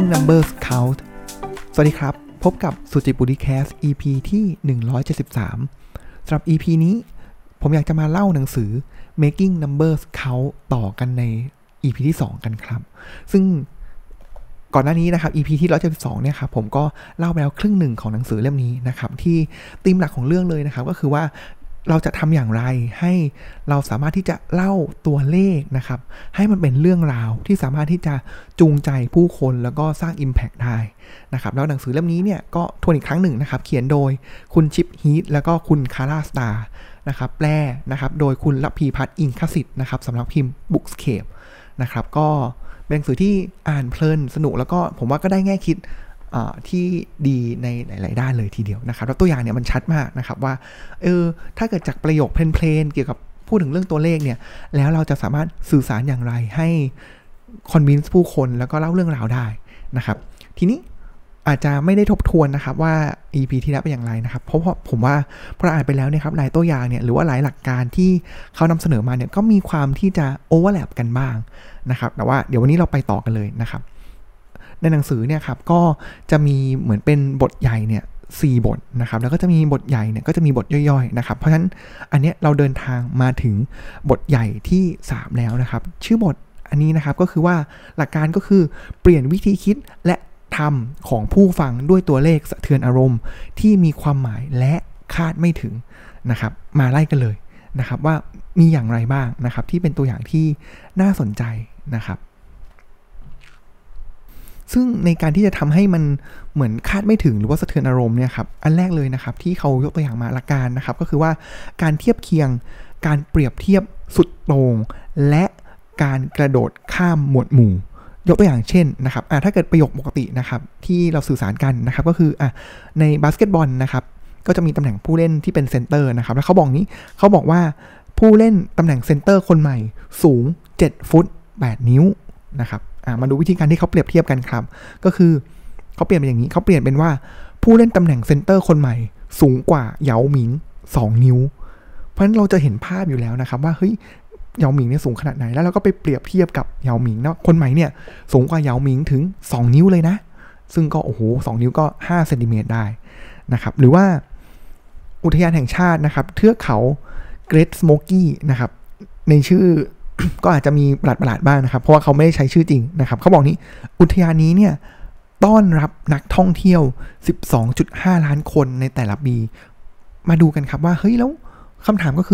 Numbers Count สวัสดีครับพบกับสุจิบุรีแคส EP ที่173สำหรับ EP นี้ผมอยากจะมาเล่าหนังสือ Making Numbers Count ต่อกันใน EP ที่2กันครับซึ่งก่อนหน้านี้นะครับ EP ที่172เนี่ยครับผมก็เล่าไปแล้วครึ่งหนึ่งของหนังสือเล่มนี้นะครับที่ธีมหลักของเรื่องเลยนะครับก็คือว่าเราจะทำอย่างไรให้เราสามารถที่จะเล่าตัวเลขนะครับให้มันเป็นเรื่องราวที่สามารถที่จะจูงใจผู้คนแล้วก็สร้าง Impact ได้นะครับแล้วหนังสือเล่มนี้เนี่ยก็ทวนอีกครั้งหนึ่งนะครับเขียนโดยคุณชิปฮีทแล้วก็คุณคาร่าสตาร์นะครับแปลนะครับโดยคุณระพีพัฒน์อิงคสิทธิ์นะครับสำนักพิมพ์ Bookscape นะครับก็เป็นหนังสือที่อ่านเพลินสนุกแล้วก็ผมว่าก็ได้แง่คิดที่ดีในหลายๆด้านเลยทีเดียวนะครับแล้วตัวอย่างเนี่ยมันชัดมากนะครับว่าถ้าเกิดจากประโยคเพลนๆเกี่ยวกับพูดถึงเรื่องตัวเลขเนี่ยแล้วเราจะสามารถสื่อสารอย่างไรให้คอนวินส์ผู้คนแล้วก็เล่าเรื่องราวได้นะครับทีนี้อาจจะไม่ได้ทบทวนนะครับว่า EP ที่แล้วเป็นอย่างไรนะครับเพราะผมว่าพออ่านไปแล้วเนี่ยครับหลายตัวอย่างเนี่ยหรือว่าหลายหลักการที่เขานำเสนอมาเนี่ยก็มีความที่จะโอเวอร์แลปกันบ้างนะครับแต่ว่าเดี๋ยววันนี้เราไปต่อกันเลยนะครับในหนังสือเนี่ยครับก็จะมีเหมือนเป็นบทใหญ่เนี่ย4บทนะครับแล้วก็จะมีบทใหญ่เนี่ยก็จะมีบทย่อยๆนะครับเพราะฉะนั้นอันนี้เราเดินทางมาถึงบทใหญ่ที่3แล้วนะครับชื่อบทอันนี้นะครับก็คือว่าหลักการก็คือเปลี่ยนวิธีคิดและทำของผู้ฟังด้วยตัวเลขสะเทือนอารมณ์ที่มีความหมายและคาดไม่ถึงนะครับมาไล่กันเลยนะครับว่ามีอย่างไรบ้างนะครับที่เป็นตัวอย่างที่น่าสนใจนะครับซึ่งในการที่จะทำให้มันเหมือนคาดไม่ถึงหรือว่าสะเทือนอารมณ์เนี่ยครับอันแรกเลยนะครับที่เขายกตัวอย่างมาละกันนะครับก็คือว่าการเทียบเคียงการเปรียบเทียบสุดโต่งและการกระโดดข้ามหมวดหมู่ยกตัวอย่างเช่นนะครับถ้าเกิดประโยคปกตินะครับที่เราสื่อสารกันนะครับก็คือในบาสเกตบอลนะครับก็จะมีตำแหน่งผู้เล่นที่เป็นเซนเตอร์นะครับแล้วเขาบอกว่าผู้เล่นตำแหน่งเซนเตอร์คนใหม่สูง7ฟุต8นิ้วนะครับมาดูวิธีการที่เขาเปรียบเทียบกันครับก็คือเขาเปลี่ยนเป็นอย่างนี้เขาเปลี่ยนเป็นว่าผู้เล่นตำแหน่งเซนเตอร์คนใหม่สูงกว่าเหยาหมิง2นิ้วเพราะฉะนั้นเราจะเห็นภาพอยู่แล้วนะครับว่าเฮ้ยเหยาหมิงเนี่ยสูงขนาดไหนแล้วเราก็ไปเปรียบเทียบกับเหยาหมิงนะคนใหม่เนี่ยสูงกว่าเหยาหมิงถึง2นิ้วเลยนะซึ่งก็โอ้โห2นิ้วก็5เซนติเมตรได้นะครับหรือว่าอุทยานแห่งชาตินะครับเทือกเขาเกรทสโมกี้นะครับในชื่อก็อาจจะมีประหลาดบ้างนะครับเพราะว่าเขาไม่ได้ใช้ชื่อจริงนะครับเขาบอกนี้อุทยานนี้เนี่ยต้อนรับนักท่องเที่ยว 12.5 ล้านคนในแต่ละปีมาดูกันครับว่าเฮ้ยแล้วคำถามก็คือ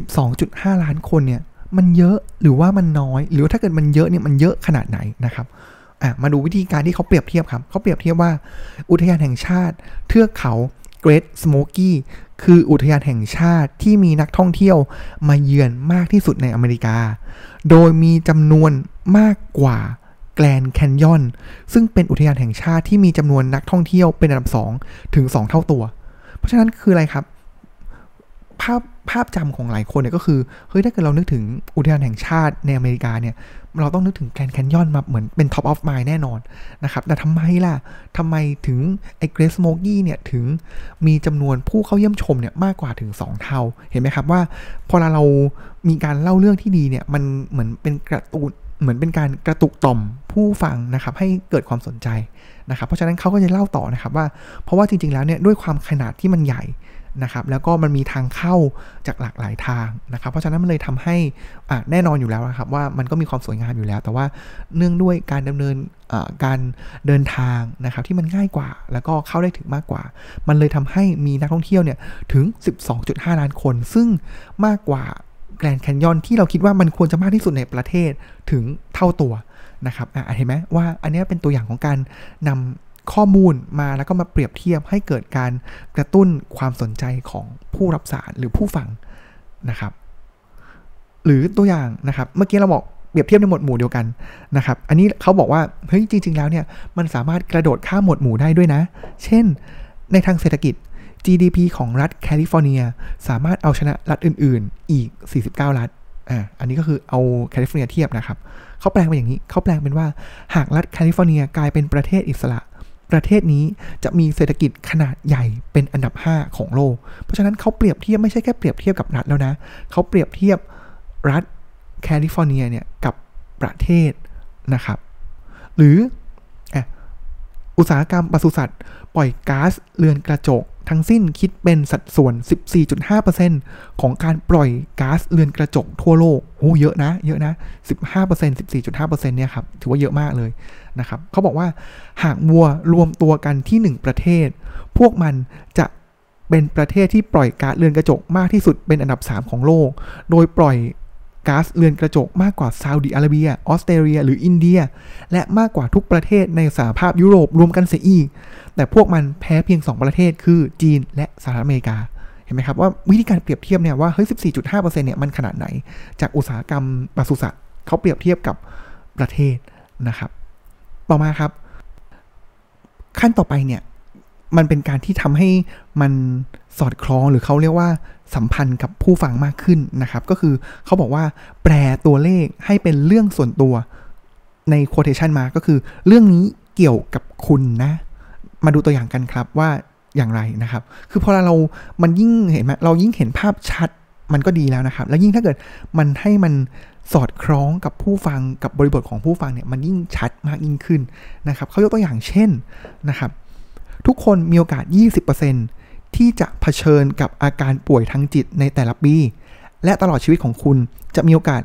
12.5 ล้านคนเนี่ยมันเยอะหรือว่ามันน้อยหรือถ้าเกิดมันเยอะเนี่ยมันเยอะขนาดไหนนะครับมาดูวิธีการที่เขาเปรียบเทียบครับเขาเปรียบเทียบว่าอุทยานแห่งชาติเทือกเขาเกรทสโมกี้คืออุทยานแห่งชาติที่มีนักท่องเที่ยวมาเยือนมากที่สุดในอเมริกาโดยมีจำนวนมากกว่าแกรนด์แคนยอนซึ่งเป็นอุทยานแห่งชาติที่มีจำนวนนักท่องเที่ยวเป็นอันดับ2ถึง2เท่าตัวเพราะฉะนั้นคืออะไรครับภาพจำของหลายคนเนี่ยก็คือเฮ้ยถ้าเกิดเรานึกถึงอุทยานแห่งชาติในอเมริกาเนี่ยเราต้องนึกถึงแกรนด์แคนยอนมาเหมือนเป็น top of mind แน่นอนนะครับแต่ทำไมถึงไอ้เกรทสโมกี้เนี่ยถึงมีจำนวนผู้เข้าเยี่ยมชมเนี่ยมากกว่าถึง2เท่าเห็นไหมครับว่าพอเรามีการเล่าเรื่องที่ดีเนี่ยมันเหมือนเป็นการกระตุกต่อมผู้ฟังนะครับให้เกิดความสนใจนะครับเพราะฉะนั้นเขาก็จะเล่าต่อนะครับว่าเพราะว่าจริงๆแล้วเนี่ยด้วยความขนาดที่มันใหญ่นะครับแล้วก็มันมีทางเข้าจากหลากหลายทางนะครับเพราะฉะนั้นมันเลยทำให้แน่นอนอยู่แล้วนะครับว่ามันก็มีความสวยงามอยู่แล้วแต่ว่าเนื่องด้วยการดำเนินการเดินทางนะครับที่มันง่ายกว่าแล้วก็เข้าได้ถึงมากกว่ามันเลยทำให้มีนักท่องเที่ยวเนี่ยถึง 12.5 ล้านคนซึ่งมากกว่าแกรนด์แคนยอนที่เราคิดว่ามันควรจะมากที่สุดในประเทศถึงเท่าตัวนะครับเห็นไหมว่าอันนี้เป็นตัวอย่างของการนำข้อมูลมาแล้วก็มาเปรียบเทียบให้เกิดการกระตุ้นความสนใจของผู้รับสารหรือผู้ฟังนะครับหรือตัวอย่างนะครับเมื่อกี้เราบอกเปรียบเทียบในหมวดหมู่เดียวกันนะครับอันนี้เขาบอกว่าเฮ้ยจริงๆแล้วเนี่ยมันสามารถกระโดดข้ามหมวดหมู่ได้ด้วยนะเช่นในทางเศรษฐกิจ GDP ของรัฐแคลิฟอร์เนียสามารถเอาชนะรัฐอื่นๆอีก49รัฐอันนี้ก็คือเอาแคลิฟอร์เนียเทียบนะครับเขาแปลงเป็นอย่างนี้เขาแปลงเป็นว่าหากรัฐแคลิฟอร์เนียกลายเป็นประเทศอิสระประเทศนี้จะมีเศรษฐกิจขนาดใหญ่เป็นอันดับ5ของโลกเพราะฉะนั้นเขาเปรียบเทียบไม่ใช่แค่เปรียบเทียบกับรัฐแล้วนะเขาเปรียบเทียบรัฐแคลิฟอร์เนียเนี่ยกับประเทศนะครับหรืออุตสาหกรรมปศุสัตว์ปล่อยก๊าซเรือนกระจกทั้งสิ้นคิดเป็นสัดส่วน 14.5% ของการปล่อยก๊าซเรือนกระจกทั่วโลกโอ้เยอะนะ 15% 14.5% เนี่ยครับถือว่าเยอะมากเลยนะครับเขาบอกว่าหากวัวรวมตัวกันที่1ประเทศพวกมันจะเป็นประเทศที่ปล่อยก๊าซเรือนกระจกมากที่สุดเป็นอันดับ3ของโลกโดยปล่อยก๊าซเรือนกระจกมากกว่าซาอุดิอาระเบียออสเตรเลียหรืออินเดียและมากกว่าทุกประเทศในสหภาพยุโรปรวมกันเสียอีกแต่พวกมันแพ้เพียง2ประเทศคือจีนและสหรัฐอเมริกาเห็นไหมครับว่าวิธีการเปรียบเทียบเนี่ยว่าเฮ้ย 14.5% เนี่ยมันขนาดไหนจากอุตสาหกรรมปศุสัตว์เขาเปรียบเทียบกับประเทศนะครับต่อมาครับขั้นต่อไปเนี่ยมันเป็นการที่ทำให้มันสอดคล้องหรือเขาเรียกว่าสัมพันธ์กับผู้ฟังมากขึ้นนะครับก็คือเขาบอกว่าแปลตัวเลขให้เป็นเรื่องส่วนตัวใน quotation มาก็คือเรื่องนี้เกี่ยวกับคุณนะมาดูตัวอย่างกันครับว่าอย่างไรนะครับคือพอมันยิ่งเห็นไหมเรายิ่งเห็นภาพชัดมันก็ดีแล้วนะครับแล้วยิ่งถ้าเกิดมันให้มันสอดคล้องกับผู้ฟังกับบริบทของผู้ฟังเนี่ยมันยิ่งชัดมากยิ่งขึ้นนะครับเขายกตัวอย่างเช่นนะครับทุกคนมีโอกาส 20% ที่จะเผชิญกับอาการป่วยทางจิตในแต่ละปีและตลอดชีวิตของคุณจะมีโอกาส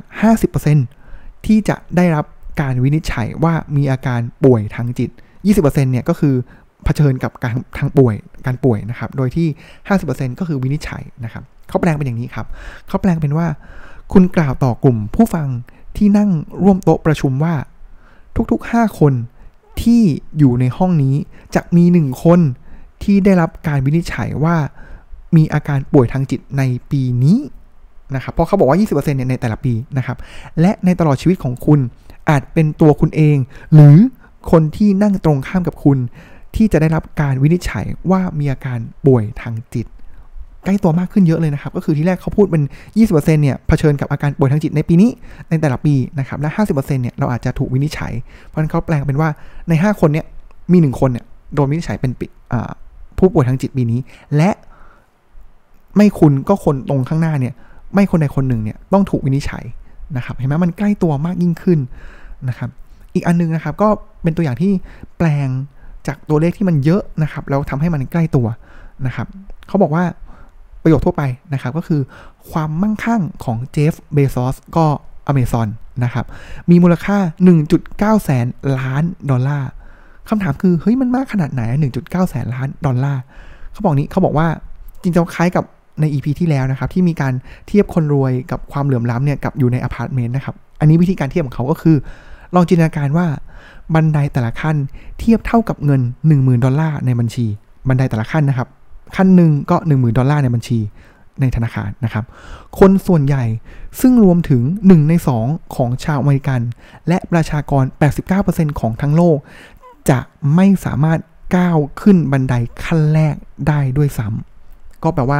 50% ที่จะได้รับการวินิจฉัยว่ามีอาการป่วยทางจิต 20% เนี่ยก็คือเผชิญกับการป่วยนะครับโดยที่ 50% ก็คือวินิจฉัยนะครับเขาแปลงเป็นอย่างนี้ครับเขาแปลงเป็นว่าคุณกล่าวต่อกลุ่มผู้ฟังที่นั่งร่วมโต๊ะประชุมว่าทุกๆ5คนที่อยู่ในห้องนี้จะมี1คนที่ได้รับการวินิจฉัยว่ามีอาการป่วยทางจิตในปีนี้นะครับเพราะเขาบอกว่า 20% เนี่ยในแต่ละปีนะครับและในตลอดชีวิตของคุณอาจเป็นตัวคุณเองหรือคนที่นั่งตรงข้ามกับคุณที่จะได้รับการวินิจฉัยว่ามีอาการป่วยทางจิตใกล้ตัวมากขึ้นเยอะเลยนะครับก็คือที่แรกเขาพูดเป็น 20% เนี่ยเผชิญกับอาการป่วยทางจิตในปีนี้ในแต่ละปีนะครับและ 50% เนี่ยเราอาจจะถูกวินิจฉัยเพราะฉะนั้นเขาแปลงเป็นว่าใน5คนเนี่ยมี1คนเนี่ยโดนวินิจฉัยเป็นผู้ป่วยทางจิตปีนี้และไม่คุณก็คนตรงข้างหน้าเนี่ยไม่คนใดคนหนึ่งเนี่ยต้องถูกวินิจฉัยนะครับเห็นไหมมันใกล้ตัวมากยิ่งขึ้นนะครับอีกอันนึงนะครับก็เป็นตัวอย่างที่แปลงจากตัวเลขที่มันเยอะนะครับแล้วทำให้มันใกล้ตัวนะครับเขาบอกว่าประโยคทั่วไปนะครับก็คือความมั่งคั่งของเจฟเบซอสก็ Amazon นะครับมีมูลค่า 1.9 แสนล้านดอลลาร์คำถามคือเฮ้ยมันมากขนาดไหน 1.9 แสนล้านดอลลาร์เขาบอกว่าจริงๆคล้ายกับใน EP ที่แล้วนะครับที่มีการเทียบคนรวยกับความเหลื่อมล้ำเนี่ยกับอยู่ในอพาร์ตเมนต์นะครับอันนี้วิธีการเทียบของเขาก็คือลองจินตนาการว่าบันไดแต่ละขั้นเทียบเท่ากับเงิน 10,000 ดอลลาร์ในบัญชีบันไดแต่ละขั้นนะครับขั้นหนึ่งก็ 10,000 ดอลลาร์ในบัญชีในธนาคารนะครับคนส่วนใหญ่ซึ่งรวมถึง1 ใน 2ของชาวอเมริกันและประชากร 89% ของทั้งโลกจะไม่สามารถก้าวขึ้นบันไดขั้นแรกได้ด้วยซ้ำก็แปลว่า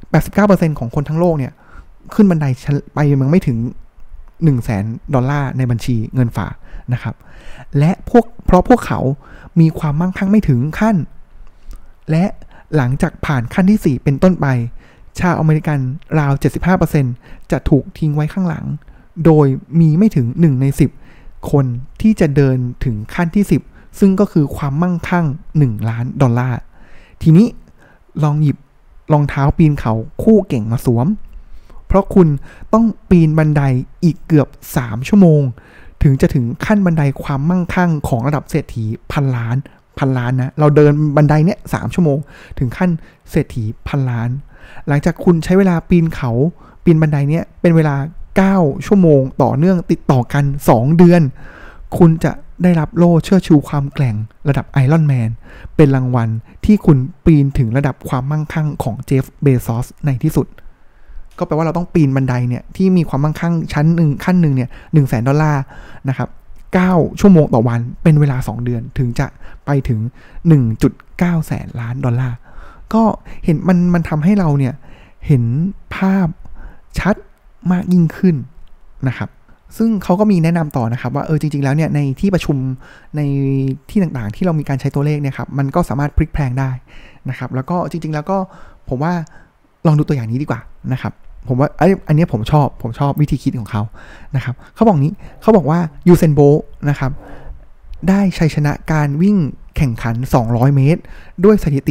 89% ของคนทั้งโลกเนี่ยขึ้นบันไดไปยังไม่ถึง 100,000 ดอลลาร์ในบัญชีเงินฝากนะครับและเพราะพวกเขามีความมั่งคั่งไม่ถึงขั้นและหลังจากผ่านขั้นที่4เป็นต้นไปชาวอเมริกันราว 75% จะถูกทิ้งไว้ข้างหลังโดยมีไม่ถึง1 ใน 10คนที่จะเดินถึงขั้นที่10ซึ่งก็คือความมั่งคั่ง1 ล้านดอลลาร์ทีนี้ลองหยิบรองเท้าปีนเขาคู่เก่งมาสวมเพราะคุณต้องปีนบันไดอีกเกือบ3 ชั่วโมงถึงจะถึงขั้นบันไดความมั่งคั่งของระดับเศรษฐีพันล้านนะเราเดินบันไดเนี้ย3 ชั่วโมงถึงขั้นเศรษฐีพันล้านหลังจากคุณใช้เวลาปีนบันไดเนี้ยเป็นเวลา9 ชั่วโมงต่อเนื่องติดต่อกัน2 เดือนคุณจะได้รับโล่เชิดชูความแกร่งระดับไอรอนแมนเป็นรางวัลที่คุณปีนถึงระดับความมั่งคั่งของเจฟเบซอสในที่สุดก็แปลว่าเราต้องปีนบันไดเนี่ยที่มีความมั่งคั่งชั้นขั้นหนึ่งเนี่ย 100,000 ดอลลาร์นะครับ9 ชั่วโมงต่อวันเป็นเวลา2 เดือนถึงจะไปถึง 1.9 แสนล้านดอลลาร์ก็เห็นมันทำให้เราเนี่ยเห็นภาพชัดมากยิ่งขึ้นนะครับซึ่งเขาก็มีแนะนำต่อนะครับว่าจริงๆแล้วเนี่ยในที่ประชุมในที่ต่างๆที่เรามีการใช้ตัวเลขเนี่ยครับมันก็สามารถพลิกแพลงได้นะครับแล้วก็จริงๆแล้วก็ผมว่าลองดูตัวอย่างนี้ดีกว่านะครับผมว่าอันนี้ผมชอบวิธีคิดของเขานะครับเขาบอกว่ายูเซนโบลต์นะครับได้ชัยชนะการวิ่งแข่งขัน200เมตรด้วยสถิติ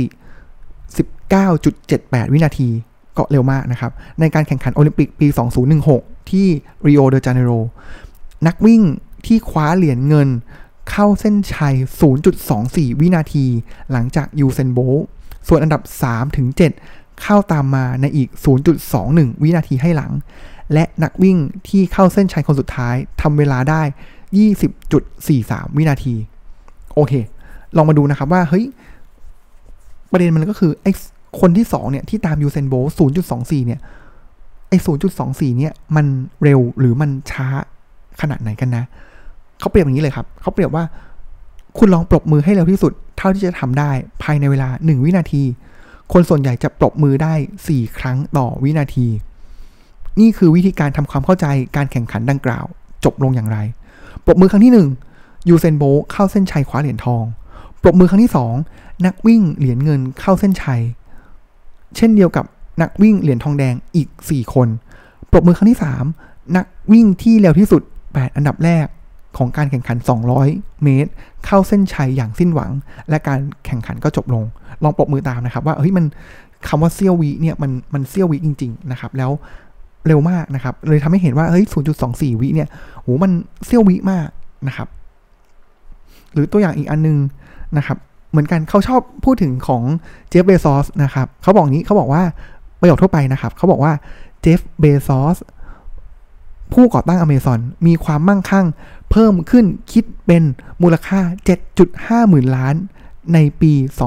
19.78 วินาทีก็เร็วมากนะครับในการแข่งขันโอลิมปิกปี 2016 ที่ริโอเดจาเนโรนักวิ่งที่คว้าเหรียญเงินเข้าเส้นชัย 0.24 วินาทีหลังจากยูเซนโบลต์ส่วนอันดับ 3-7 เข้าตามมาในอีก 0.21 วินาทีให้หลังและนักวิ่งที่เข้าเส้นชัยคนสุดท้ายทำเวลาได้ 20.43 วินาทีโอเคลองมาดูนะครับว่าเฮ้ยประเด็นมันก็คือไอ้คนที่2เนี่ยที่ตามยูเซนโบลต์ 0.24 เนี่ยไอ้ 0.24 เนี่ยมันเร็วหรือมันช้าขนาดไหนกันนะเขาเปรียบอย่างนี้เลยครับเขาเปรียบว่าคุณลองปรบมือให้เร็วที่สุดเท่าที่จะทำได้ภายในเวลา1วินาทีคนส่วนใหญ่จะปรบมือได้4ครั้งต่อวินาทีนี่คือวิธีการทำความเข้าใจการแข่งขันดังกล่าวจบลงอย่างไรปรบมือครั้งที่1ยูเซนโบลต์เข้าเส้นชัยคว้าเหรียญทองปรบมือครั้งที่2นักวิ่งเหรียญเงินเข้าเส้นชัยเช่นเดียวกับนักวิ่งเหรียญทองแดงอีก4คนปรบมือครั้งที่3นักวิ่งที่เร็วที่สุด8อันดับแรกของการแข่งขัน200เมตรเข้าเส้นชัยอย่างสิ้นหวังและการแข่งขันก็จบลงลองปรบมือตามนะครับว่าเฮ้ยมันคำว่าเซี่ยววิเนี่ยมันเซี่ยววิจริงๆนะครับแล้วเร็วมากนะครับเลยทำให้เห็นว่าเฮ้ย 0.24 วิเนี่ยโหมันเซี่ยววิมากนะครับหรือตัวอย่างอีกอันนึงนะครับเหมือนกันเขาชอบพูดถึงของเจฟเบซอสนะครับเขาบอกนี้เขาบอกว่าประโยคทั่วไปนะครับเขาบอกว่าเจฟเบซอสผู้ก่อตั้ง Amazon มีความมั่งคั่งเพิ่มขึ้นคิดเป็นมูลค่า 7.5 หมื่นล้านในปี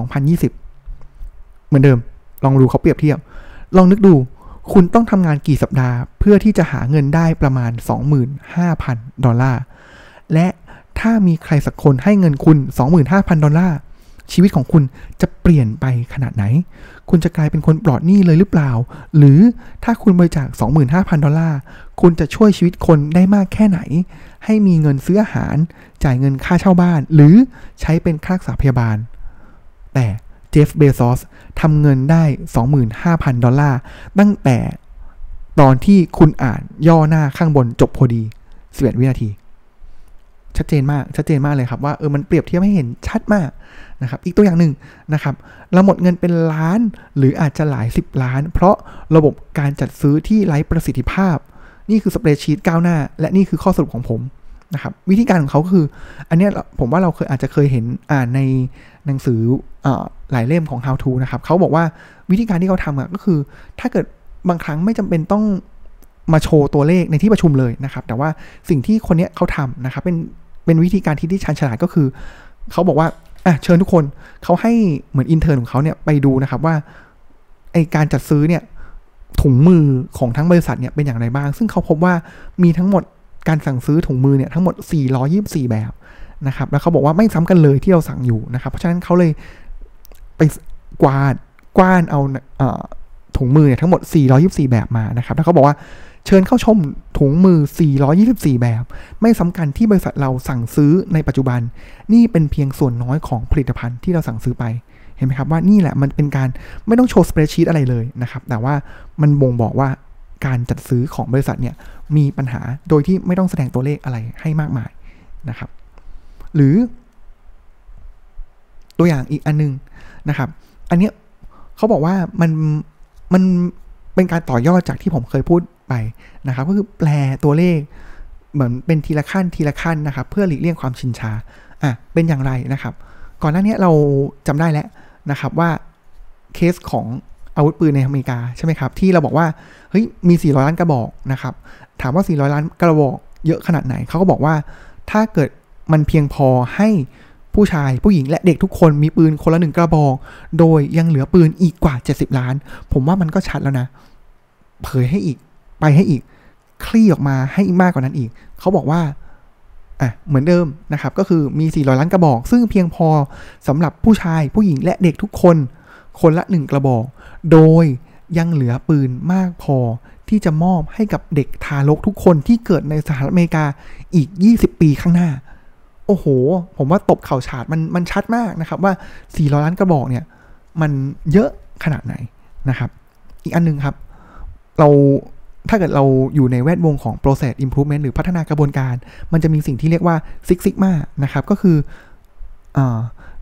2020 เหมือนเดิมลองดูเขาเปรียบเทียบลองนึกดูคุณต้องทำงานกี่สัปดาห์เพื่อที่จะหาเงินได้ประมาณ 25,000 ดอลลาร์และถ้ามีใครสักคนให้เงินคุณ 25,000 ดอลลาร์ชีวิตของคุณจะเปลี่ยนไปขนาดไหนคุณจะกลายเป็นคนปลอดหนี้เลยหรือเปล่าหรือถ้าคุณบริจาค 25,000 ดอลลาร์คุณจะช่วยชีวิตคนได้มากแค่ไหนให้มีเงินซื้ออาหารจ่ายเงินค่าเช่าบ้านหรือใช้เป็นค่ารักษาพยาบาลแต่เจฟเบซอสทำเงินได้ 25,000 ดอลลาร์ตั้งแต่ตอนที่คุณอ่านย่อหน้าข้างบนจบพอดี11วินาทีชัดเจนมากเลยครับว่ามันเปรียบเทียบให้เห็นชัดมากนะครับอีกตัวอย่างหนึ่งนะครับเราหมดเงินเป็นล้านหรืออาจจะหลาย10ล้านเพราะระบบการจัดซื้อที่ไร้ประสิทธิภาพนี่คือสเปรดชีตก้าวหน้าและนี่คือข้อสรุปของผมนะครับวิธีการของเขาคืออันนี้ผมว่าเราอาจจะเคยเห็นในหนังสือหลายเล่มของ How to นะครับเขาบอกว่าวิธีการที่เขาทำก็คือถ้าเกิดบางครั้งไม่จำเป็นต้องมาโชว์ตัวเลขในที่ประชุมเลยนะครับแต่ว่าสิ่งที่คนนี้เขาทำนะครับเป็นวิธีการที่ชันฉลาดก็คือเขาบอกว่าเชิญทุกคนเขาให้เหมือนอินเทอร์ของเขาเนี่ยไปดูนะครับว่าไอการจัดซื้อเนี่ยถุงมือของทั้งบริษัทเนี่ยเป็นอย่างไรบ้างซึ่งเขาพบว่ามีทั้งหมดการสั่งซื้อถุงมือเนี่ยทั้งหมด424แบบนะครับแล้วเขาบอกว่าไม่ซ้ำกันเลยที่เราสั่งอยู่นะครับเพราะฉะนั้นเขาเลยไปกว้านเอาถุงมือเนี่ยทั้งหมด424แบบมานะครับแล้วเขาบอกว่าเชิญเข้าชมถุงมือ424แบบไม่ซ้ำกันที่บริษัทเราสั่งซื้อในปัจจุบันนี่เป็นเพียงส่วนน้อยของผลิตภัณฑ์ที่เราสั่งซื้อไปเห็นไหมครับว่านี่แหละมันเป็นการไม่ต้องโชว์สเปรดชีตอะไรเลยนะครับแต่ว่ามันบ่งบอกว่าการจัดซื้อของบริษัทเนี่ยมีปัญหาโดยที่ไม่ต้องแสดงตัวเลขอะไรให้มากมายนะครับหรือตัวอย่างอีกอันนึงนะครับอันเนี้ยเขาบอกว่ามันเป็นการต่อยอดจากที่ผมเคยพูดไปนะครับก็คือแปลตัวเลขเหมือนเป็นทีละขั้นนะครับเพื่อหลีกเลี่ยงความชินชาเป็นอย่างไรนะครับก่อนหน้านี้เราจำได้แล้วนะครับว่าเคสของอาวุธปืนในอเมริกาใช่ไหมครับที่เราบอกว่าเฮ้ยมี400ล้านกระบอกนะครับถามว่า400ล้านกระบอกเยอะขนาดไหนเขาก็บอกว่าถ้าเกิดมันเพียงพอให้ผู้ชายผู้หญิงและเด็กทุกคนมีปืนคนละ1กระบอกโดยยังเหลือปืนอีกกว่า70ล้านผมว่ามันก็ชัดแล้วนะเผยให้อีกไปให้อีกคลี่ออกมาให้มากกว่านั้นอีกเขาบอกว่าเหมือนเดิมนะครับก็คือมี400ล้านกระบอกซึ่งเพียงพอสำหรับผู้ชายผู้หญิงและเด็กทุกคนคนละ1กระบอกโดยยังเหลือปืนมากพอที่จะมอบให้กับเด็กทารกทุกคนที่เกิดในสหรัฐอเมริกาอีก20ปีข้างหน้าโอ้โหผมว่าตบเข่าฉาดมันชัดมากนะครับว่า400ล้านกระบอกเนี่ยมันเยอะขนาดไหนนะครับอีกอันนึงครับถ้าเกิดเราอยู่ในแวดวงของ process improvement หรือพัฒนากระบวนการมันจะมีสิ่งที่เรียกว่า Six Sigma นะครับก็คือ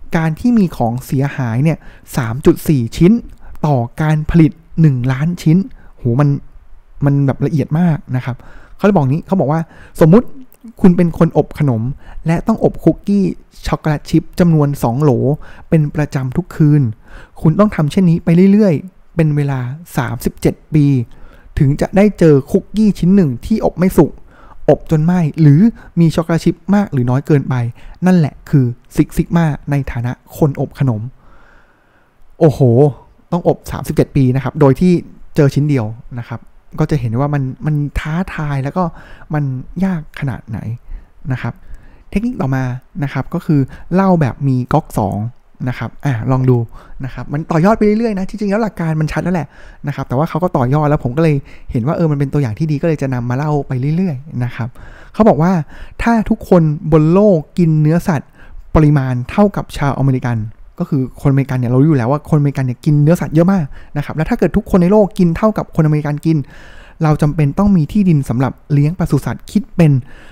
การที่มีของเสียหายเนี่ย 3.4 ชิ้นต่อการผลิต1ล้านชิ้นโหมันแบบละเอียดมากนะครับเขาเลยบอกนี้เขาบอกว่าสมมุติคุณเป็นคนอบขนมและต้องอบคุกกี้ช็อกโกแลตชิพจำนวน2โหลเป็นประจำทุกคืนคุณต้องทำเช่นนี้ไปเรื่อยๆเป็นเวลา37ปีถึงจะได้เจอคุกกี้ชิ้นหนึ่งที่อบไม่สุกอบจนไหม้หรือมีช็อกโกแลตชิพมากหรือน้อยเกินไปนั่นแหละคือซิกซิกมาในฐานะคนอบขนมโอ้โหต้องอบ37ปีนะครับโดยที่เจอชิ้นเดียวนะครับก็จะเห็นว่ามันท้าทายแล้วก็มันยากขนาดไหนนะครับเทคนิคต่อมานะครับก็คือเล่าแบบมีก๊อก2นะครับลองดูนะครับมันต่อยอดไปเรื่อยๆนะจริงๆแล้วหลักการมันชัดแล้วแหละนะครับแต่ว่าเขาก็ต่อยอดแล้วผมก็เลยเห็นว่ามันเป็นตัวอย่างที่ดีก็เลยจะนำมาเล่าไปเรื่อยๆนะครับเขาบอกว่าถ้าทุกคนบนโลกกินเนื้อสัตว์ปริมาณเท่ากับชาวอเมริกันก็คือคนอเมริกันเนี่ยเรารู้อยู่แล้วว่าคนอเมริกันเนี่ยกินเนื้อสัตว์เยอะมากนะครับแล้วถ้าเกิดทุกคนในโลกกินเท่ากับคนอเมริกันกินเราจำเป็นต้องมีที่ดินสำหรับเลี้ยงปศุสัตว์คิดเป็น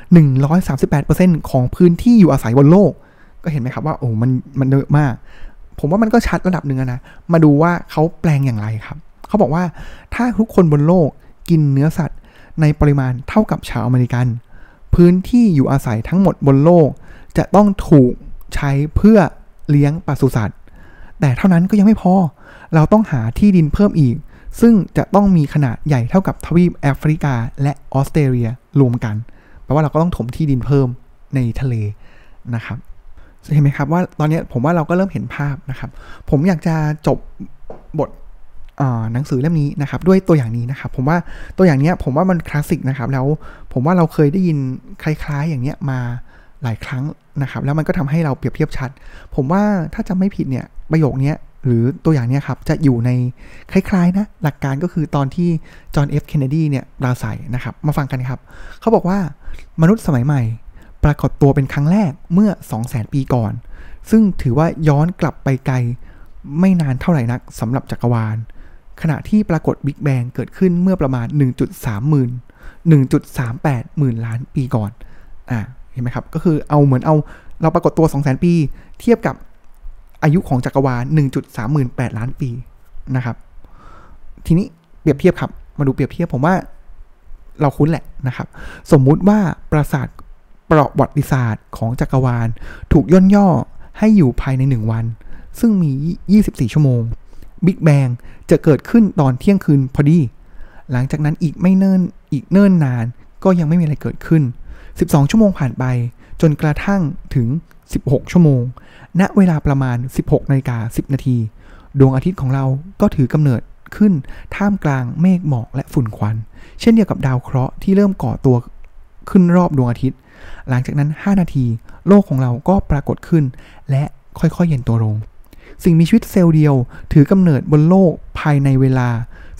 138% ของพื้นที่อยู่อาศัยบนโลกก็เห็นไหมครับว่ามันเยอะมากผมว่ามันก็ชัดระดับหนึ่งนะมาดูว่าเขาแปลงอย่างไรครับเขาบอกว่าถ้าทุกคนบนโลกกินเนื้อสัตว์ในปริมาณเท่ากับชาวอเมริกันพื้นที่อยู่อาศัยทั้งหมดบนโลกจะต้องถูกใช้เพื่อเลี้ยงปศุสัตว์แต่เท่านั้นก็ยังไม่พอเราต้องหาที่ดินเพิ่มอีกซึ่งจะต้องมีขนาดใหญ่เท่ากับทวีปแอฟริกาและออสเตรเลียรวมกันแปลว่าเราก็ต้องถมที่ดินเพิ่มในทะเลนะครับเห็นไหมครับว่าตอนนี้ผมว่าเราก็เริ่มเห็นภาพนะครับผมอยากจะจบบทหนังสือเล่มนี้นะครับด้วยตัวอย่างนี้นะครับผมว่าตัวอย่างนี้ผมว่ามันคลาสสิกนะครับแล้วผมว่าเราเคยได้ยินคล้ายๆอย่างเนี้ยมาหลายครั้งนะครับแล้วมันก็ทำให้เราเปรียบเทียบชัดผมว่าถ้าจำไม่ผิดเนี่ยประโยคนี้หรือตัวอย่างนี้ครับจะอยู่ในคล้ายๆนะหลักการก็คือตอนที่จอห์น F. เคนเนดีเนี่ยปราศัยนะครับมาฟังกันครับเขาบอกว่ามนุษย์สมัยใหม่ปรากฏตัวเป็นครั้งแรกเมื่อ 200,000 ปีก่อนซึ่งถือว่าย้อนกลับไปไกลไม่นานเท่าไหร่นักสำหรับจักรวาลขณะที่ปรากฏบิ๊กแบงเกิดขึ้นเมื่อประมาณ 1.38 หมื่นล้านปีก่อนเห็นไหมครับก็คือเอาเราปรากฏตัว 200,000 ปีเทียบกับอายุของจักรวาล 1.38 ล้านปีนะครับทีนี้เปรียบเทียบครับมาดูเปรียบเทียบผมว่าเราคุ้นแหละนะครับสมมุติว่าปราสาทประวัติศาสตร์ของจักรวาลถูกย่นย่อให้อยู่ภายใน1วันซึ่งมี24ชั่วโมงบิ๊กแบงจะเกิดขึ้นตอนเที่ยงคืนพอดีหลังจากนั้นอีกเนิ่นนานก็ยังไม่มีอะไรเกิดขึ้น12ชั่วโมงผ่านไปจนกระทั่งถึง16ชั่วโมงณเวลาประมาณ 16:10 นาทีดวงอาทิตย์ของเราก็ถือกำเนิดขึ้นท่ามกลางเมฆหมอกและฝุ่นควันเช่นเดียวกับดาวเคราะห์ที่เริ่มก่อตัวขึ้นรอบดวงอาทิตย์หลังจากนั้น5นาทีโลกของเราก็ปรากฏขึ้นและค่อยๆเย็นตัวลงสิ่งมีชีวิตเซลล์เดียวถือกำเนิดบนโลกภายในเวลา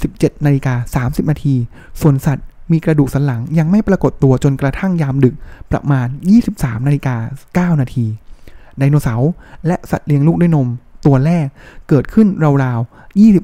17:30 นาทีส่วนสัตว์มีกระดูกสันหลังยังไม่ปรากฏตัวจนกระทั่งยามดึกประมาณ 23:09 นาทีไดโนเสาร์และสัตว์เลี้ยงลูกด้วยนมตัวแรกเกิดขึ้นราวๆ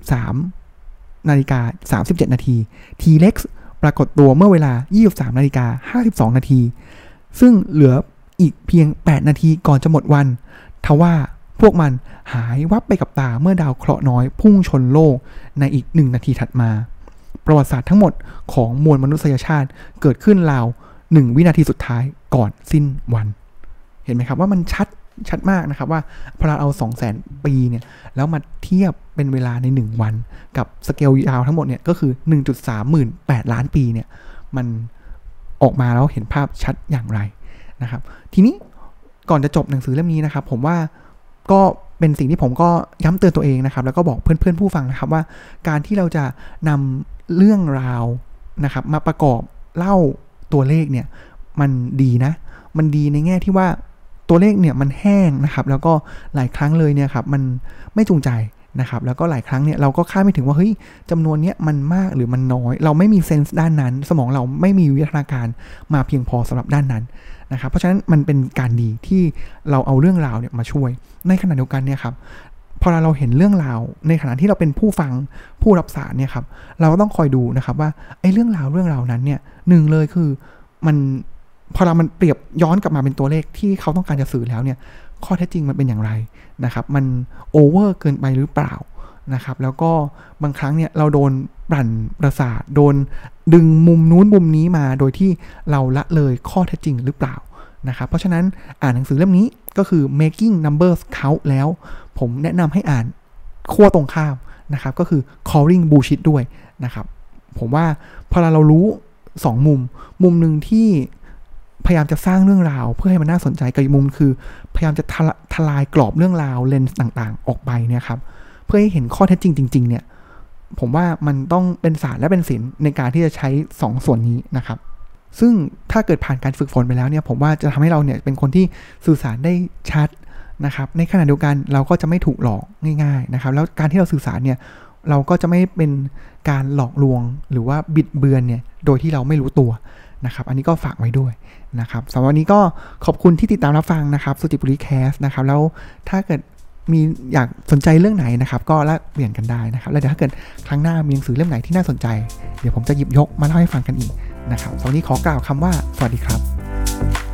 23:37 นาทีทีเล็กซ์ปรากฏตัวเมื่อเวลา 23:52 นาทีซึ่งเหลืออีกเพียง8นาทีก่อนจะหมดวันทว่าพวกมันหายวับไปกับตาเมื่อดาวเคราะห์น้อยพุ่งชนโลกในอีก1นาทีถัดมาประวัติศาสตร์ทั้งหมดของมวลมนุษยชาติเกิดขึ้นราว1วินาทีสุดท้ายก่อนสิ้นวันเห็นไหมครับว่ามันชัดมากนะครับว่าพอเราเอา 200,000 ปีเนี่ยแล้วมาเทียบเป็นเวลาใน1วันกับสเกลยาวทั้งหมดเนี่ยก็คือ 1.38 ล้านปีเนี่ยมันออกมาแล้วเห็นภาพชัดอย่างไรนะครับทีนี้ก่อนจะจบหนังสือเล่มนี้นะครับผมว่าก็เป็นสิ่งที่ผมก็ย้ำเตือนตัวเองนะครับแล้วก็บอกเพื่อนๆผู้ฟังนะครับว่าการที่เราจะนำเรื่องราวนะครับมาประกอบเล่าตัวเลขเนี่ยมันดีนะมันดีในแง่ที่ว่าตัวเลขเนี่ยมันแห้งนะครับแล้วก็หลายครั้งเลยเนี่ยครับมันไม่จูงใจนะครับแล้วก็หลายครั้งเนี่ยเราก็คาดไม่ถึงว่าเฮ้ยจำนวนเนี้ยมันมากหรือมันน้อยเราไม่มีเซนส์ด้านนั้นสมองเราไม่มีวิทยาการมาเพียงพอสำหรับด้านนั้นนะครับเพราะฉะนั้นมันเป็นการดีที่เราเอาเรื่องราวเนี่ยมาช่วยในขณะเดียวกันเนี่ยครับพอเราเห็นเรื่องราวในขณะที่เราเป็นผู้ฟังผู้รับสารเนี่ยครับเราก็ต้องคอยดูนะครับว่าไอ้เรื่องราวนั้นเนี่ยหนึ่งเลยคือมันพอมันเปรียบย้อนกลับมาเป็นตัวเลขที่เขาต้องการจะสื่อแล้วเนี่ยข้อเท็จจริงมันเป็นอย่างไรนะครับมันโอเวอร์เกินไปหรือเปล่านะครับแล้วก็บางครั้งเนี่ยเราโดนปั่นประสาทโดนดึงมุมนู้นมุมนี้มาโดยที่เราละเลยข้อเท็จจริงหรือเปล่านะครับเพราะฉะนั้นอ่านหนังสือเล่มนี้ก็คือ making numbers count แล้วผมแนะนำให้อ่านขั้วตรงข้ามนะครับก็คือ calling bullshit ด้วยนะครับผมว่าพอเรารู้2มุมหนึ่งที่พยายามจะสร้างเรื่องราวเพื่อให้มันน่าสนใจกับอีกมุมคือพยายามจะทลายกรอบเรื่องราวเลนส์ต่างๆออกไปเนี่ยครับเพื่อให้เห็นข้อเท็จจริงจริงๆเนี่ยผมว่ามันต้องเป็นศาสตร์และเป็นศิลป์ในการที่จะใช้2ส่วนนี้นะครับซึ่งถ้าเกิดผ่านการฝึกฝนไปแล้วเนี่ยผมว่าจะทำให้เราเนี่ยเป็นคนที่สื่อสารได้ชัดนะครับในขณะเดียวกันเราก็จะไม่ถูกหลอกง่ายๆนะครับแล้วการที่เราสื่อสารเนี่ยเราก็จะไม่เป็นการหลอกลวงหรือว่าบิดเบือนเนี่ยโดยที่เราไม่รู้ตัวนะครับอันนี้ก็ฝากไว้ด้วยนะครับสำหรับวันนี้ก็ขอบคุณที่ติดตามรับฟังนะครับสุจิปุริแคสนะครับแล้วถ้าเกิดมีอยากสนใจเรื่องไหนนะครับก็แลกเปลี่ยนกันได้นะครับแล้วเดี๋ยวถ้าเกิดครั้งหน้ามีหนังสือเล่มไหนที่น่าสนใจเดี๋ยวผมจะหยิบยกมาเล่าให้ฟังกันอีกนะครับสำหรับวันนี้ขอกล่าวคำว่าสวัสดีครับ